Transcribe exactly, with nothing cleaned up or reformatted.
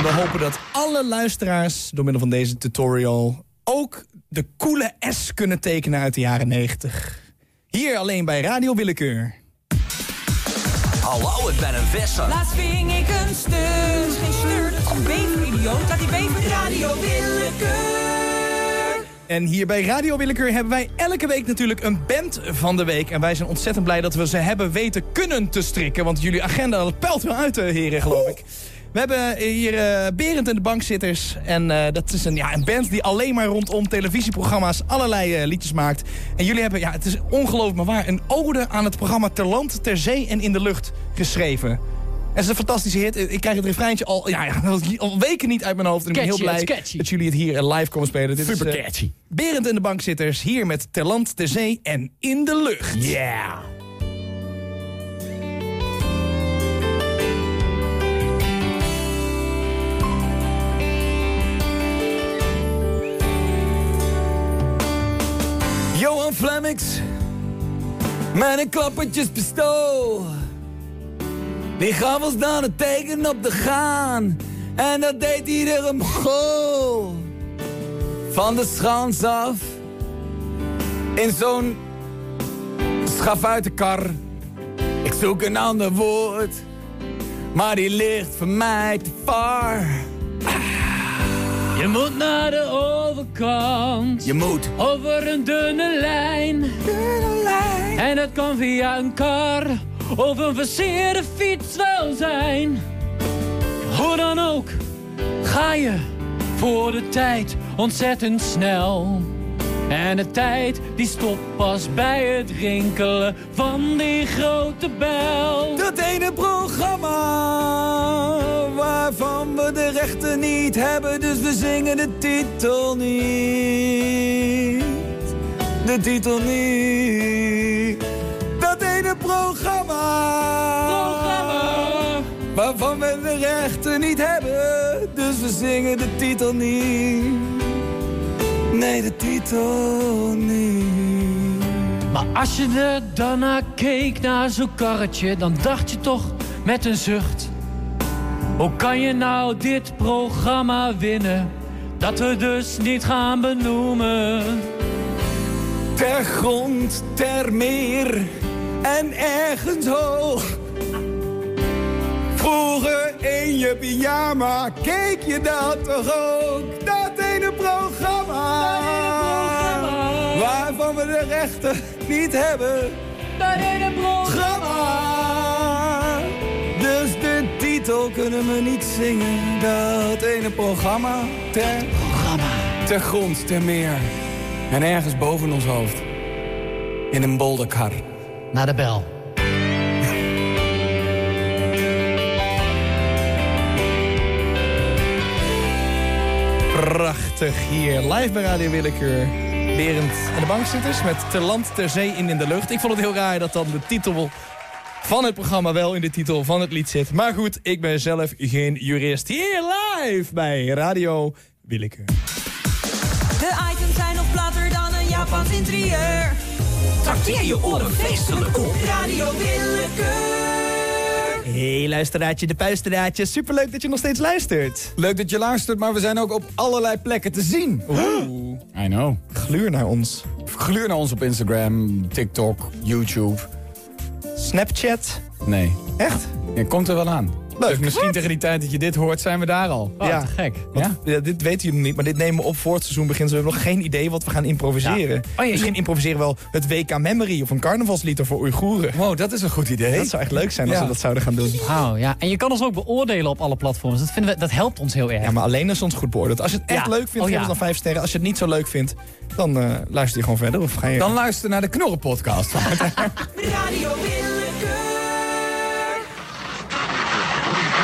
we hopen dat alle luisteraars door middel van deze tutorial ook de coole S kunnen tekenen uit de jaren negentig. Hier alleen bij Radio Willekeur. Hallo, ik ben een visser. Laatst ving ik een steur. Dus geen sleur, dat is een bever-idioot. Laat die bever Radio Willekeur. En hier bij Radio Willekeur hebben wij elke week natuurlijk een band van de week. En wij zijn ontzettend blij dat we ze hebben weten kunnen te strikken. Want jullie agenda pelt wel uit, heren, geloof ik. We hebben hier uh, Berend en de Bankzitters. En uh, dat is een, ja, een band die alleen maar rondom televisieprogramma's allerlei uh, liedjes maakt. En jullie hebben, ja, het is ongelooflijk maar waar, een ode aan het programma Ter Land, Ter Zee en in de Lucht geschreven. En het is een fantastische hit. Ik krijg het refreintje al, ja, ja, al weken niet uit mijn hoofd. En ik ben heel blij dat jullie het hier live komen spelen. Dit Super is, uh, catchy. Berend en de Bankzitters hier met Ter Land, Ter Zee en in de Lucht. Yeah! Johan Flemmix met een klappertjespistool. Die gaf ons dan het teken op de gaan. En dat deed iedere Mongool. Van de schans af. In zo'n schaf uit de kar. Ik zoek een ander woord. Maar die ligt voor mij te far. Je moet naar de overkant. Je moet over een dunne lijn. dunne lijn. En dat kan via een kar of een verseerde fiets wel zijn. Hoe dan ook, ga je voor de tijd ontzettend snel. En de tijd die stopt pas bij het rinkelen van die grote bel. Dat ene programma waarvan we de rechten niet hebben, dus we zingen de titel niet. De titel niet. Dat ene programma, Programma waarvan we de rechten niet hebben, dus we zingen de titel niet. Nee, de titel niet. Maar als je er dan naar keek, naar zo'n karretje, dan dacht je toch met een zucht: hoe kan je nou dit programma winnen, dat we dus niet gaan benoemen? Ter grond, ter meer en ergens hoog. Vroeger in je pyjama keek je dat toch ook? Dat ene programma, Dat ene programma. waarvan we de rechten niet hebben. Dat ene programma. Programma. Dus de titel kunnen we niet zingen. Dat ene programma. Ter, Programma. ter grond, ter meer. En ergens boven ons hoofd. In een bolderkar. Naar de bel. Prachtig hier, live bij Radio Willekeur. Berend en de Bankzitters met Ter Land, Ter Zee en in de Lucht. Ik vond het heel raar dat dan de titel van het programma wel in de titel van het lied zit. Maar goed, ik ben zelf geen jurist. Hier live bij Radio Willekeur. De items zijn nog platter dan een Japans interieur. Trakteer je oren feestelijk op Radio Willekeur. Hey luisteraartje, de puisteraartje. Superleuk dat je nog steeds luistert. Leuk dat je luistert, maar we zijn ook op allerlei plekken te zien. Oeh, I know. gluur naar ons. Gluur naar ons op Instagram, TikTok, YouTube. Snapchat. Nee. Echt? Je komt er wel aan. Leuk. Dus misschien tegen die tijd dat je dit hoort, zijn we daar al. Oh, Ja. te gek. Want, Ja? ja, dit weten jullie niet, maar dit nemen we op voor het seizoen begint. We hebben nog geen idee wat we gaan improviseren. Ja. Oh, ja, Misschien je- improviseren we wel het W K Memory of een carnavalslied voor Oeigoeren. Wow, dat is een goed idee. Dat zou echt leuk zijn als Ja. we dat zouden gaan doen. Wauw, ja. En je kan ons ook beoordelen op alle platforms. Dat, vinden we, dat helpt ons heel erg. Ja, maar alleen als het ons goed beoordeelt. Als je het echt Ja. leuk vindt, Oh, geef ja. het dan vijf sterren. Als je het niet zo leuk vindt, dan uh, luister je gewoon verder. Of ga je... Dan luister naar de Knorren podcast. Radio Willekeur.